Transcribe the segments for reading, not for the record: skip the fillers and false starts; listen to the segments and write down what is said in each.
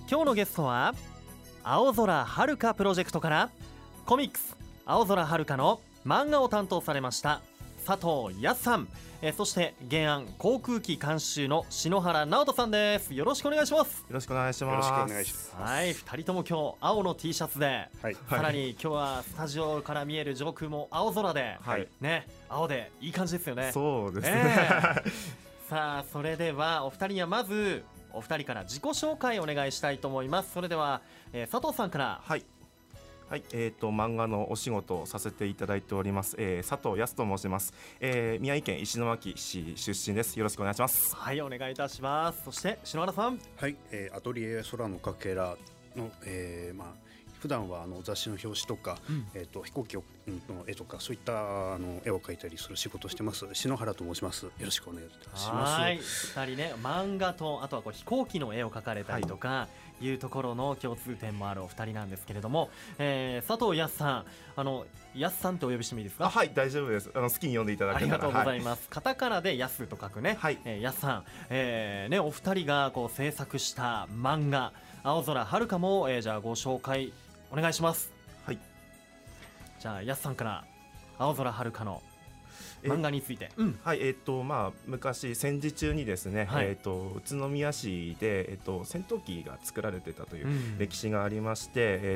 今日のゲストは青空はるかプロジェクトからコミックス青空はるかの漫画を担当されました佐藤康さん、そして原案航空機監修の篠原直人さんです。よろしくお願いします。 よろしくお願いします。 よろしくお願いします。 はい、2人とも今日青の T シャツで、 はい、 さらに今日はスタジオから見える上空も青空で、 はい、 ね、青でいい感じですよね。 そうですね、 さあそれではお二人にはまずお二人から自己紹介お願いしたいと思います。それでは、佐藤さんから。 はいはい、漫画のお仕事をさせていただいております、佐藤康と申します、宮城県石巻市出身です。よろしくお願いします。 はい、お願いいたします。そして篠原さん。 はい、アトリエ空のかけらの、普段は雑誌の表紙とか、飛行機の絵とかそういった絵を描いたりする仕事をしてます篠原と申します。よろしくお願いいたします。 はい、2人ね、漫画とあとはこう飛行機の絵を描かれたりとか、いうところの共通点もあるお二人なんですけれども、佐藤康さん、康さんとお呼びしてもいいですか？ はい、大丈夫です。好きに呼んでいただけたら。 ありがとうございます、カタカナで康と書くね、 はい、 康さん、ね、お二人がこう制作した漫画青空はるかも、じゃあご紹介お願いします。 はい、 じゃあ安さんから青空はるかの漫画について。 はい、昔戦時中にですね、宇都宮市で、戦闘機が作られてたという歴史がありまして、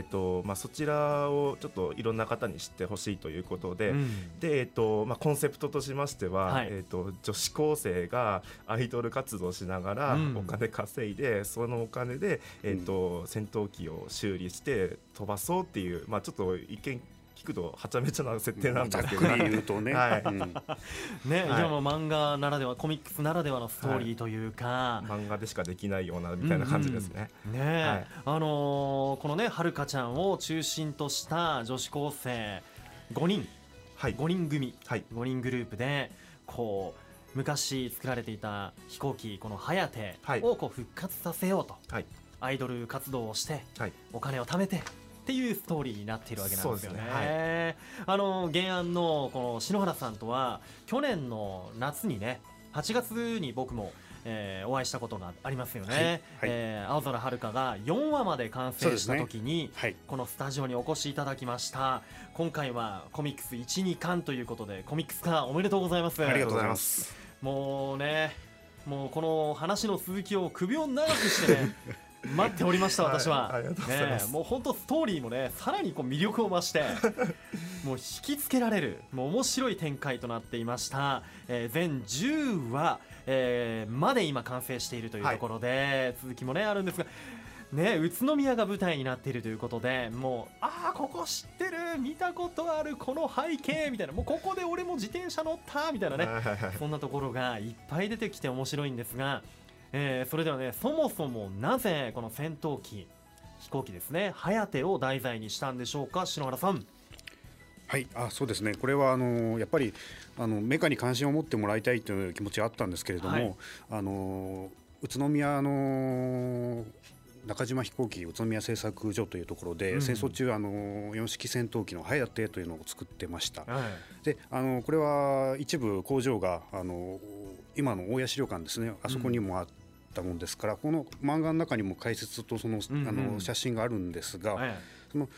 そちらをちょっといろんな方に知ってほしいということで、で、コンセプトとしましては、女子高生がアイドル活動しながらお金稼いで、そのお金で、戦闘機を修理して飛ばそうっていう、ちょっと一見聞くとはちゃめちゃな設定なんですけど、 ざっくり言うとね、 はい、 ね、今の漫画ならではコミックスならではのストーリーというか、 漫画でしかできないようなみたいな感じですね。 ね、このねはるかちゃんを中心とした女子高生5人、5人組、5人グループでこう昔作られていた飛行機このはやてをこう復活させようと、アイドル活動をして、お金を貯めてっていうストーリーになっているわけなんですよね。原案のこの篠原さんとは去年の夏にね8月に僕も、お会いしたことがありますよね。青空はるかが4話まで完成した時に、このスタジオにお越しいただきました。今回はコミックス 1,2 巻ということでコミックス化おめでとうございます。 ありがとうございます。 もうね、もうこの話の続きを首を長くしてね待っておりました私は。もう本当ストーリーもねさらにこう魅力を増してもう引きつけられるもう面白い展開となっていました。全10話、まで今完成しているというところで、続きもねあるんですがね、宇都宮が舞台になっているということで、もうここ知ってる見たことあるこの背景みたいな、もうここで俺も自転車乗ったみたいなねそんなところがいっぱい出てきて面白いんですが、それではねそもそもなぜこの戦闘機飛行機ですねはやてを題材にしたんでしょうか、篠原さん。 はい、そうですね、これはやっぱりメカに関心を持ってもらいたいという気持ちはあったんですけれども、宇都宮の中島飛行機宇都宮製作所というところで、戦争中4式戦闘機のはやてというのを作ってました。でこれは一部工場が今の大谷資料館ですね、あそこにもあったもんですから、この漫画の中にも解説とその、写真があるんですが、その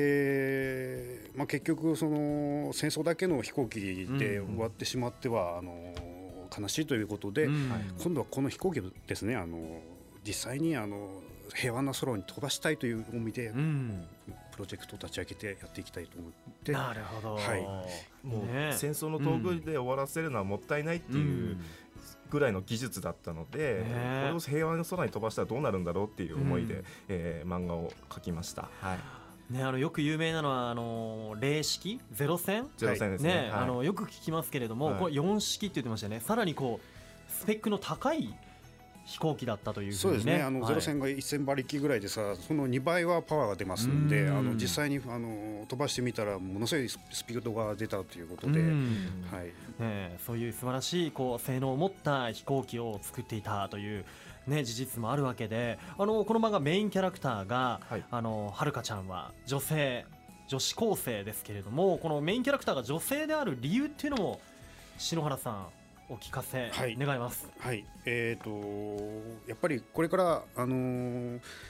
結局その戦争だけの飛行機で終わってしまっては悲しいということで、今度はこの飛行機ですね実際に平和な空に飛ばしたいという思いで、プロジェクトを立ち上げてやっていきたいと思って。 なるほど、 もう戦争の道具で終わらせるのはもったいないっていうぐらいの技術だったので、これを平和の空に飛ばしたらどうなるんだろうっていう思いで、漫画を描きました。 よく有名なのは零式ゼロ戦ですね。 よく聞きますけれども、これ4式って言ってましたよね。さらにこうスペックの高い飛行機だったというふうにね。 そうですね、ゼロ戦が1000馬力ぐらいでさ、その2倍はパワーが出ますので、実際に飛ばしてみたらものすごいスピードが出たということで、 そういう素晴らしいこう性能を持った飛行機を作っていたという事実もあるわけで、この漫画メインキャラクターが、はるかちゃんは女子高生ですけれども、このメインキャラクターが女性である理由っていうのも篠原さんお聞かせ願います。 やっぱりこれから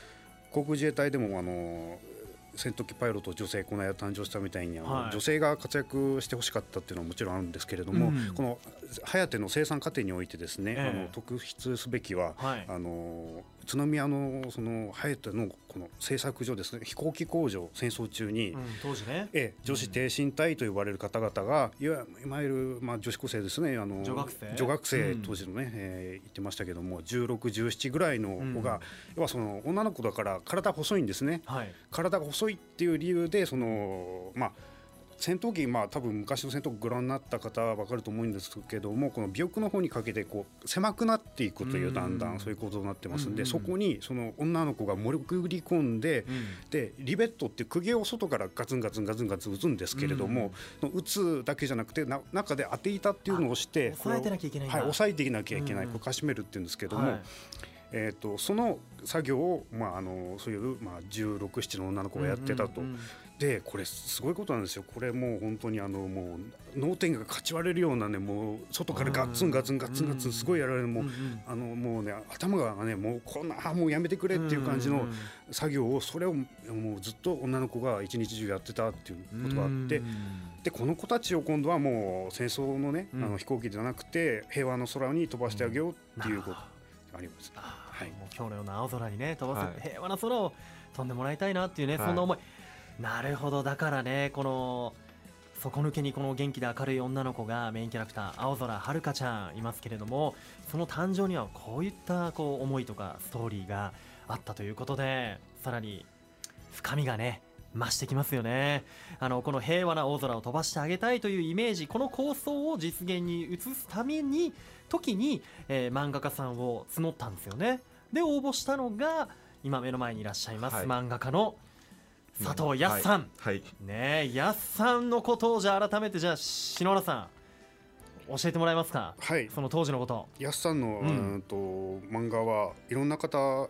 航空自衛隊でも戦闘機パイロット女性この間誕生したみたいにはい、 女性が活躍してほしかったっていうのはもちろんあるんですけれども、このハヤテの生産過程においてですね、特筆すべきは、はい、宇都宮のそのハヤテのこの製作所ですね、飛行機工場戦争中に、 当時ね、 女子挺身隊と呼ばれる方々がいわゆる、女子高生ですね、女学生当時のね、言ってましたけども16、17ぐらいの子が、要はその女の子だから体細いんですね、はい、体が細いっていう理由でその戦闘機、多分昔の戦闘機ご覧になった方は分かると思うんですけども、この尾翼の方にかけてこう狭くなっていくというだんだんそういうことになってますんで、そこにその女の子が潜り込んで、でリベットっていう釘を外からガツンガツン打つんですけれども、打つだけじゃなくて中で当て板っていうのをして抑えてなきゃいけないんだ、 はい、抑えていなきゃいけない、これかしめるっていうんですけども、その作業を、そういう、16、17の女の子がやってたと。でこれすごいことなんですよ。これもう本当にもう脳天がかち割れるようなね、もう外からガツンすごいやられる、もうね頭がねもうこんなもうやめてくれっていう感じの作業を、それをもうずっと女の子が一日中やってたっていうことがあって、でこの子たちを今度はもう戦争のね、飛行機じゃなくて平和の空に飛ばしてあげようっていうことがあります。 はい、もう今日のような青空にね飛ばす、平和な空を飛んでもらいたいなっていうね、そんな思い。なるほど、だからね、この底抜けにこの元気で明るい女の子がメインキャラクター青空はるかちゃんいますけれども、その誕生にはこういったこう思いとかストーリーがあったということで、さらに深みがね増してきますよね。この平和な青空を飛ばしてあげたいというイメージ、この構想を実現に移すために時に、漫画家さんを募ったんですよね。で応募したのが今目の前にいらっしゃいます、漫画家の佐藤康さん、ね、康さんのことをじゃあ改めてじゃあ篠原さん教えてもらえますか。はい、その当時のこと。 康さんの、漫画はいろんな方、の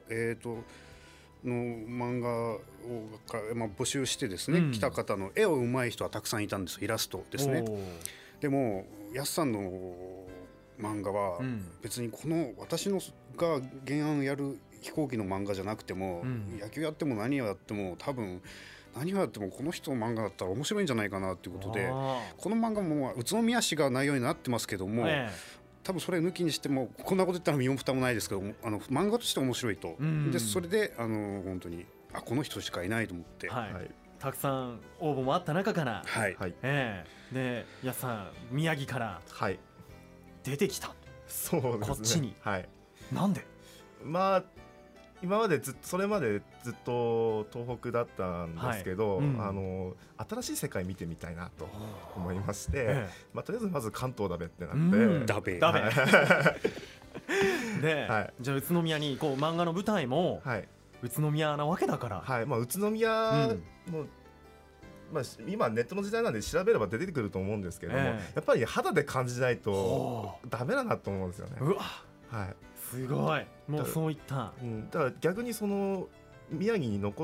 漫画を募集してですね、来た方の絵を上手い人はたくさんいたんです。イラストですね。でも康さんの漫画は別にこの私のが原案やる飛行機の漫画じゃなくても、野球やっても何をやっても多分何をやってもこの人の漫画だったら面白いんじゃないかなということで、この漫画も宇都宮市が内容になってますけども、多分それ抜きにしてもこんなこと言ったら身も蓋もないですけども、漫画として面白いと、でそれで本当にこの人しかいないと思って、 たくさん応募もあった中から、で安さん宮城から出てきた、 そうですね、 こっちに、なんで今までそれまでずっと東北だったんですけど、新しい世界見てみたいなと思いまして、とりあえずまず関東だべってなって、 で、じゃあ宇都宮にこう漫画の舞台も宇都宮なわけだから、 宇都宮の今ネットの時代なんで調べれば出てくると思うんですけども、やっぱり肌で感じないとダメだなと思うんですよね。 すごい、もうそういった、 だから逆にその宮城に残って、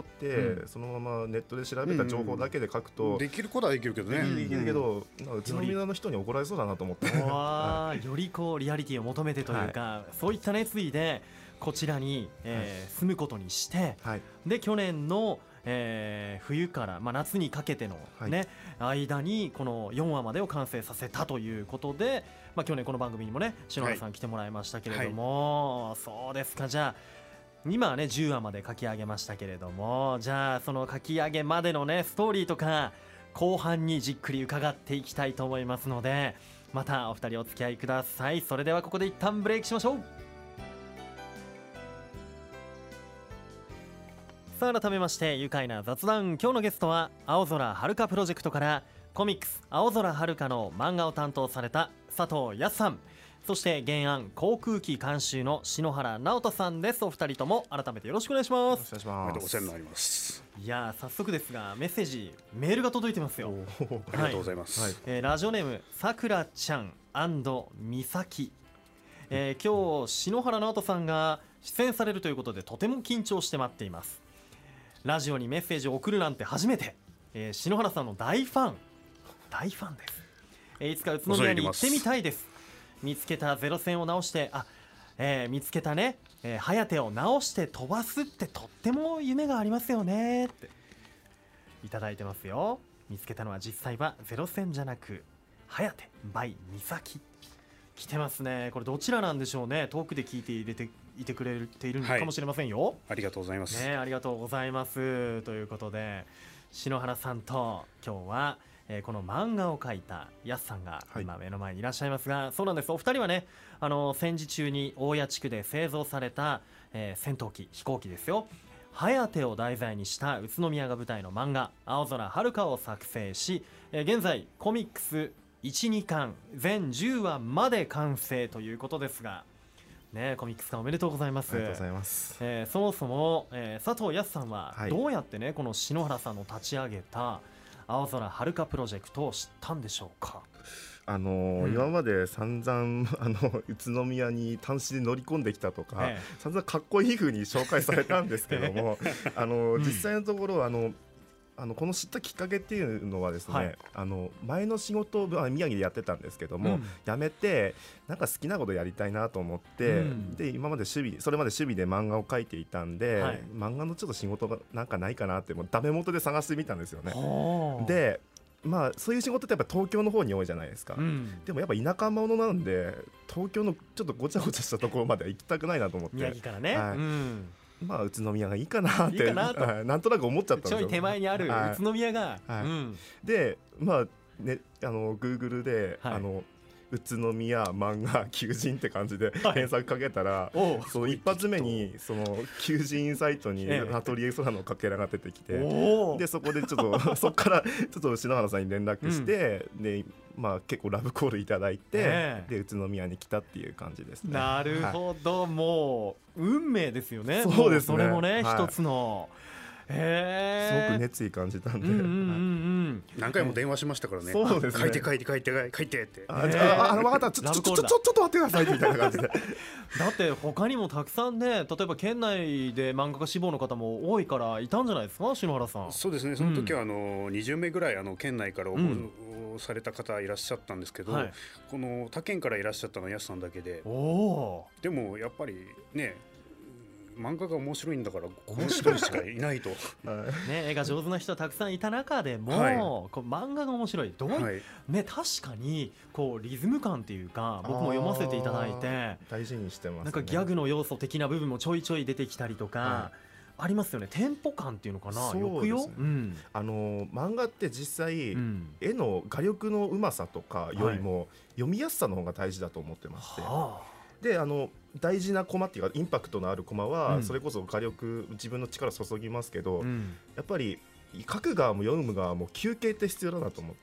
そのままネットで調べた情報だけで書くと、 できることはできるけどね、 できるけど宇都宮の人に怒られそうだなと思って、 よりこうリアリティを求めてというか、そういった熱意でこちらに住むことにして、で去年の冬から夏にかけての間にこの4話までを完成させたということで、去年この番組にもね篠原さん来てもらいましたけれども、そうですか。じゃあ今はね10話まで書き上げましたけれども、じゃあその書き上げまでのねストーリーとか後半にじっくり伺っていきたいと思いますので、またお二人お付き合いください。それではここで一旦ブレイクしましょう。さあ改めまして愉快な雑談、今日のゲストは青空はるかプロジェクトからコミックス青空はるかの漫画を担当された佐藤康さん、そして原案航空機監修の篠原直人さんです。お二人とも改めてよろしくお願いします。 お世話になります。 いや早速ですがメッセージメールが届いてますよ。 ありがとうございます。 ラジオネームさくらちゃん美咲、今日篠原直人さんが出演されるということでとても緊張して待っています。ラジオにメッセージを送るなんて初めて、篠原さんの大ファンです。いつか宇都宮に行ってみたいです。見つけたゼロ戦を直して見つけたね颯を直して飛ばすってとっても夢がありますよねっていただいてますよ。見つけたのは実際はゼロ戦じゃなく颯 by 美咲来てますね。これどちらなんでしょうね。遠くで聞いていてくれているかもしれませんよ、 ありがとうございます、 ありがとうございますということで、篠原さんと今日は、この漫画を描いたやすさんが今目の前にいらっしゃいますが、そうなんです。お二人はね戦時中に大谷地区で製造された、戦闘機飛行機ですよ、颯を題材にした宇都宮が舞台の漫画青空遥かを作成し、現在コミックス 1,2 巻全10話まで完成ということですがね、コミックス化おめでとうございます。 ありがとうございます。 そもそも、佐藤康さんはどうやってね、この篠原さんの立ち上げた青空遥かプロジェクトを知ったんでしょうか。 今まで散々宇都宮に単身で乗り込んできたとか、散々かっこいい風に紹介されたんですけども実際のところこの知ったきっかけっていうのはですね、前の仕事を宮城でやってたんですけども、辞めてなんか好きなことやりたいなと思って、で今までそれまで趣味で漫画を描いていたんで、漫画のちょっと仕事がなんかないかなってもうダメ元で探してみたんですよね。でそういう仕事ってやっぱ東京の方に多いじゃないですか、でもやっぱ田舎者なんで東京のちょっとごちゃごちゃしたところまでは行きたくないなと思って、 宮城からね、 宇都宮がいいかなってなんとなく思っちゃったんですよ。 ちょい手前にある宇都宮が、 でGoogle で、宇都宮漫画求人って感じで検索かけたら、その一発目にその求人サイトにアトリエ空のかけらが出てきて、でそこでちょっとそこからちょっと篠原さんに連絡して、で結構ラブコールいただいて、で宇都宮に来たっていう感じですね。 なるほど、もう運命ですよね。 そうですね。 それもね、一つのすごく熱意感じたんで、 何回も電話しましたからね。 そうですね。 書いてって分かった、ちょっと待ってくださいみたいな感じでだって他にもたくさんね、例えば県内で漫画家志望の方も多いからいたんじゃないですか、篠原さん。 そうですね、その時は20名ぐらい県内から応募された方いらっしゃったんですけど、この他県からいらっしゃったのはやすさんだけで、でもやっぱりね、漫画が面白いんだからこの一人しかいないと絵が上手な人たくさんいた中でも、こう漫画が面白い確かにこうリズム感っていうか、僕も読ませていただいて大事にしてますね。 なんかギャグの要素的な部分もちょいちょい出てきたりとか、ありますよね。テンポ感っていうのかな、抑揚、 漫画って実際、絵の画力のうまさとかよりも、読みやすさの方が大事だと思ってまして、で大事なコマっていうかインパクトのあるコマは、それこそ画力自分の力注ぎますけど、やっぱり書く側も読む側も休憩って必要だなと思って、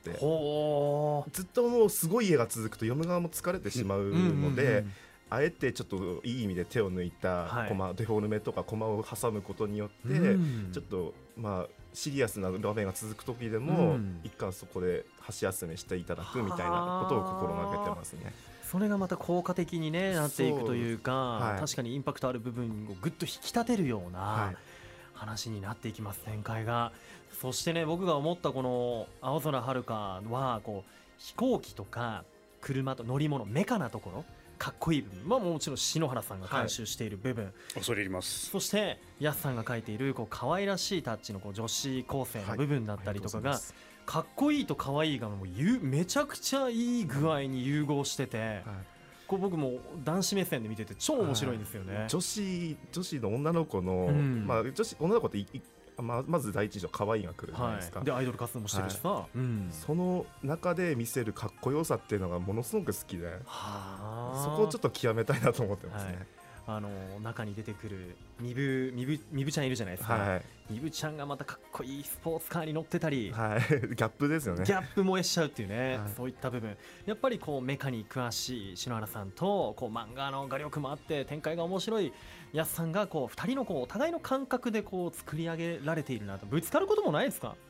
ずっともうすごい絵が続くと読む側も疲れてしまうので、あえてちょっといい意味で手を抜いたコマ、デフォルメとかコマを挟むことによって、ちょっとシリアスな場面が続く時でも、一貫そこで箸休めしていただくみたいなことを心がけてますね。 それがまた効果的に、なっていくというか、確かにインパクトある部分をぐっと引き立てるような話になっていきます、展開が。そしてね、僕が思ったこの青空遥かはこう飛行機とか車と乗り物、メカなところ、かっこいい部分、もちろん篠原さんが監修している部分、 恐れ入ります。 そしてやすさんが描いているこう可愛らしいタッチのこう女子高生の部分だったりとかが、かっこいいと可愛いがもうめちゃくちゃいい具合に融合してて、こう僕も男子目線で見てて超面白いんですよね。 女子の女の子の、女の子ってまず第一印象可愛いが来るじゃないですか、 でアイドル活動もしてるしさ、 その中で見せるかっこよさっていうのがものすごく好きで、そこをちょっと極めたいなと思ってますね。 中に出てくるみぶちゃんいるじゃないですか、みぶちゃんがまたかっこいいスポーツカーに乗ってたり、 ギャップですよね。 ギャップ燃えしちゃうっていうね、そういった部分、やっぱりこうメカに詳しい篠原さんとこう漫画の画力もあって展開が面白いやすさんがこう2人のこうお互いの感覚でこう作り上げられているなと。ぶつかることもないですか？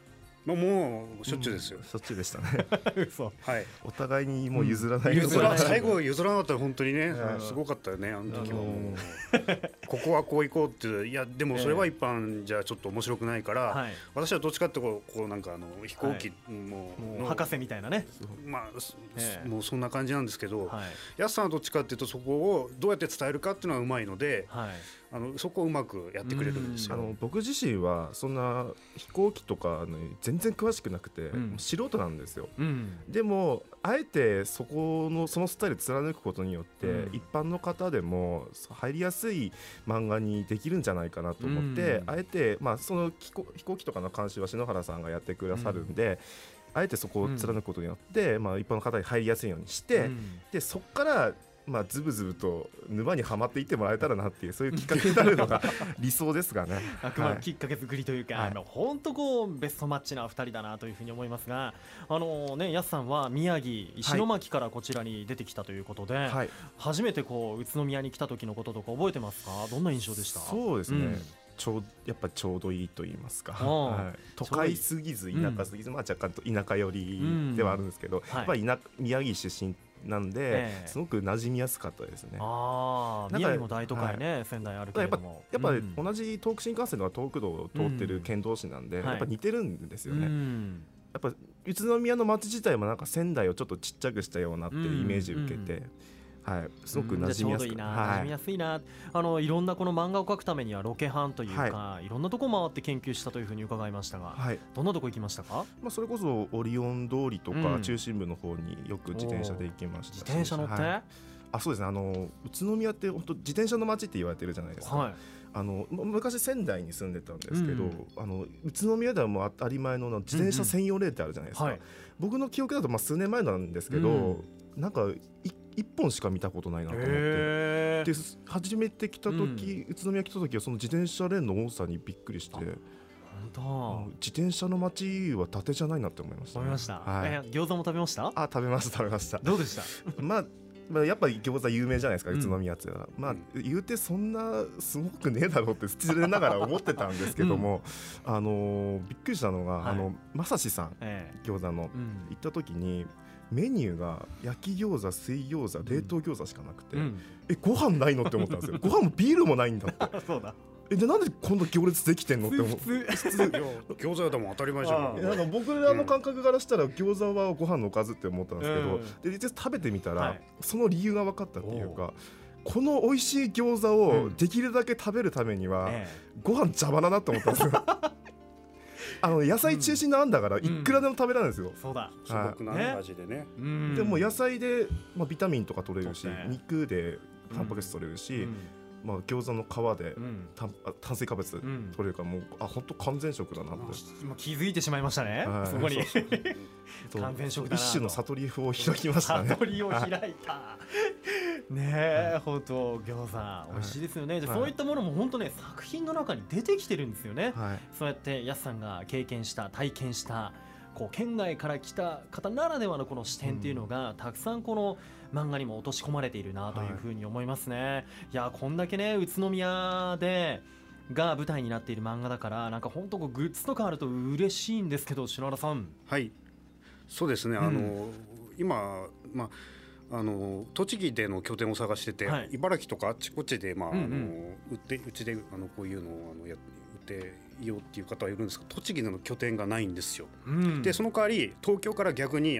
もうしょっちゅうですよ、 しょっちゅうでしたね嘘。 はい、 お互いにもう譲らない最後譲らなかったら本当にね、すごかったよね、あの時は。ここはこう行こうって、いやでもそれは一般じゃちょっと面白くないから、私はどっちかってこうなんか飛行機も博士みたいなね、 まあもうそんな感じなんですけど、やすさんはどっちかっていうとそこをどうやって伝えるかっていうのはうまいので、そこをうまくやってくれるんですよ。 僕自身はそんな飛行機とか全然詳しくなくて、素人なんですよ。でもあえてそのスタイル貫くことによって、一般の方でも入りやすい漫画にできるんじゃないかなと思って、あえてその飛行機とかの監修は篠原さんがやってくださるんで、あえてそこを貫くことによって、一般の方に入りやすいようにして、でそこからズブズブと沼にはまっていってもらえたらなっていう、そういうきっかけになるのが理想ですがね。 あくまできっかけ作りというか、本当こうベストマッチな2人だなというふうに思いますが、やすさんは宮城石巻からこちらに出てきたということで、初めてこう宇都宮に来た時のこととか覚えてますか？どんな印象でした？ そうですね、やっぱちょうどいいと言いますか、都会すぎず田舎すぎず、若干と田舎寄りではあるんですけど、やっぱり宮城出身なんで、すごく馴染みやすかったですね。 宮城も大都会ね、仙台あるけれども、 やっぱ同じ東北新幹線の東北道を通ってる県同士なんで、やっぱ似てるんですよね。やっぱ宇都宮の街自体もなんか仙台をちょっとちっちゃくしたようなっていうイメージを受けて、すごく馴染みやすいな、 馴染みやすいな。いろんなこの漫画を描くためにはロケハンというか、いろんなとこ回って研究したというふうに伺いましたが、どんなとこ行きましたか？ それこそオリオン通りとか中心部の方によく自転車で行きましたし。 自転車乗って？ そうですね、宇都宮って本当自転車の街って言われてるじゃないですか。昔仙台に住んでたんですけど、宇都宮ではもう当たり前の自転車専用レーンってあるじゃないですか。僕の記憶だと数年前なんですけど、なんか1本しか見たことないなと思って、で初めて来た時、宇都宮来た時はその自転車レーンの多さにびっくりして、自転車の街は伊達じゃないなって思いました。 餃子も食べました？ 食べました。 どうでした？ やっぱり餃子有名じゃないですか、宇都宮っては。言うてそんなすごくねえだろうって失礼ながら思ってたんですけども、びっくりしたのが、まさしさん、餃子の行った時にメニューが焼き餃子、水餃子、冷凍餃子しかなくて、ご飯ないのって思ったんですよ。ご飯もビールもないんだってそうだ。 でなんでこんな行列できてんのって思って。 餃子はでも当たり前じゃん。 なんか僕らの感覚からしたら餃子はご飯のおかずって思ったんですけど、で実際食べてみたら、その理由が分かったっていうか、この美味しい餃子をできるだけ食べるためには、ご飯邪魔だなと思ったんですよ。野菜中心のあんだからいくらでも食べられるんですよ。 そうだ、 素朴な味でね。 でも野菜でビタミンとか取れるし、肉でタンパク質取れるし、餃子の皮で炭水化物取れるから、もう本当完全食だなって気づいてしまいましたね。そこに完全食だなと、 一種の悟りを開きましたね。 悟りを開いたねえ、本当餃子美味しいですよね。そういったものも本当ね、作品の中に出てきてるんですよね。そうやってやすさんが経験した体験した県外から来た方ならではのこの視点っていうのが、たくさんこの漫画にも落とし込まれているなというふうに思いますね。いや、こんだけね宇都宮が舞台になっている漫画だから、なんか本当グッズとかあると嬉しいんですけど、篠原さん。 そうですね、今栃木での拠点を探してて、茨城とかあっちこっちでうちでこういうのを売っていようっていう方はいるんですが、栃木での拠点がないんですよ。でその代わり東京から逆に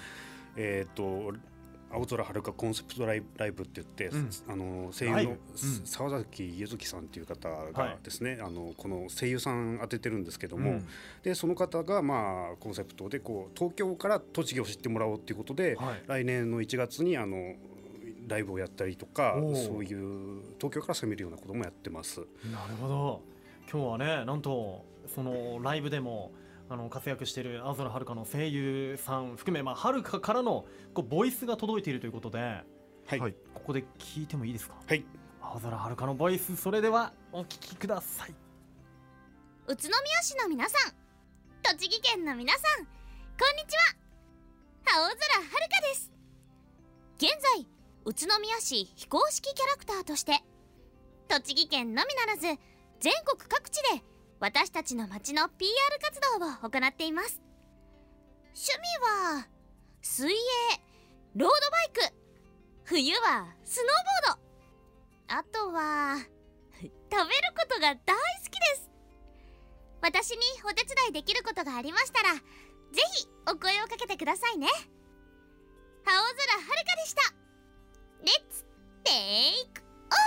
青空はるかコンセプトライブって言って、声優の沢崎ゆずきさんっていう方がですね、この声優さん当ててるんですけども、でその方がコンセプトで東京から栃木を知ってもらおうっていうことで、来年の1月にライブをやったりとか、そういう東京から攻めるようなこともやってます。 なるほど。今日はね、なんとそのライブでも活躍している青空はるかの声優さん含め、はるかからのボイスが届いているということで、ここで聞いてもいいですか？青空はるかのボイス、それではお聞きください。 宇都宮市の皆さん、栃木県の皆さん、こんにちは。青空はるかです。現在宇都宮市非公式キャラクターとして栃木県のみならず全国各地で私たちの町の PR 活動を行っています。趣味は水泳、ロードバイク、冬はスノーボード、あとは食べることが大好きです。私にお手伝いできることがありましたら、ぜひお声をかけてくださいね。青空はるかでした。レッツテイク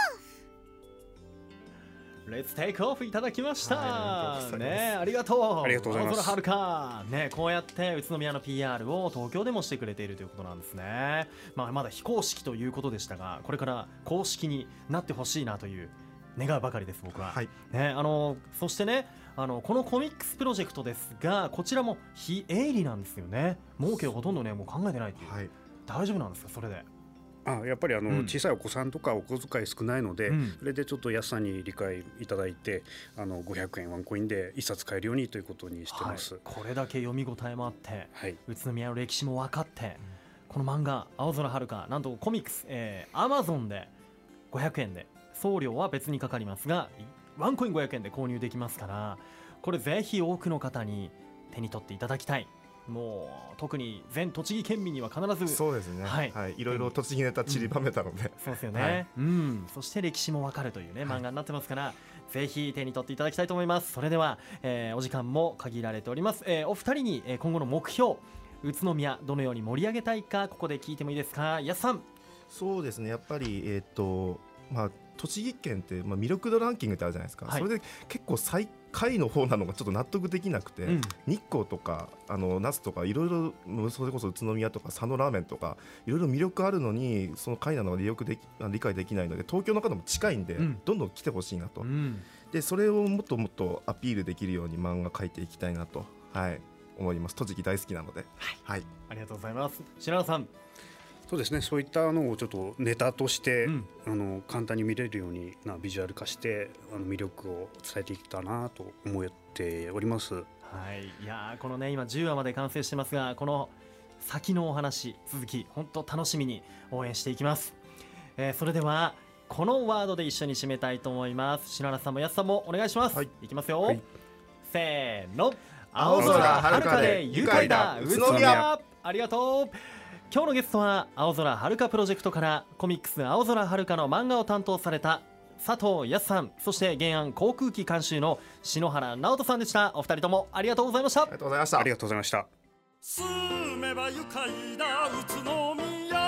レッツテイクオフいただきました、ね、 ありがとうございます。 青空はるか、ね、こうやって宇都宮の PR を東京でもしてくれているということなんですね。まだ非公式ということでしたが、これから公式になってほしいなという願うばかりです、僕は、ね。そしてね、このコミックスプロジェクトですが、こちらも非営利なんですよね。儲けをほとんどねもう考えてないっていう、大丈夫なんですか、それで。 やっぱり小さいお子さんとかお小遣い少ないので、それでちょっと安さに理解いただいて、500円ワンコインで1冊買えるようにということにしてます、 これだけ読み応えもあって、宇都宮の歴史も分かって、この漫画青空はるか、なんとコミックス、Amazon で500円で、送料は別にかかりますがワンコイン500円で購入できますから、これぜひ多くの方に手に取っていただきたい。もう特に全栃木県民には必ず、 そうですね、いろいろ栃木ネタ散りばめたので、 そうですよね、そして歴史もわかるというね漫画になってますから、ぜひ手に取っていただきたいと思います。それでは、お時間も限られております。お二人に、今後の目標、宇都宮どのように盛り上げたいか、ここで聞いてもいいですか。安さん。 そうですね、やっぱり栃木県って、魅力度ランキングってあるじゃないですか、それで結構最下位の方なのがちょっと納得できなくて、日光とか那須とかいろいろ、それこそ宇都宮とか佐野ラーメンとかいろいろ魅力あるのに、その下位なのが理解できないので、東京の方も近いんで、どんどん来てほしいなと、でそれをもっともっとアピールできるように漫画描いていきたいなと、思います。栃木大好きなので、 ありがとうございます。白野さん。 そうですね、そういったのをちょっとネタとして、簡単に見れるようにビジュアル化して魅力を伝えていけたなと思っております。 いやこのね今10話まで完成してますが、この先のお話続き本当楽しみに応援していきます。それではこのワードで一緒に締めたいと思います。篠原さんも安さんもお願いします。いきますよ、せーの。青空はるかで愉快だ宇都宮。ありがとう。今日のゲストは青空はるかプロジェクトからコミックス青空はるかの漫画を担当された佐藤康さん、そして原案航空機監修の篠原直人さんでした。お二人ともありがとうございました。 ありがとうございました。 住めば愉快だ宇都宮。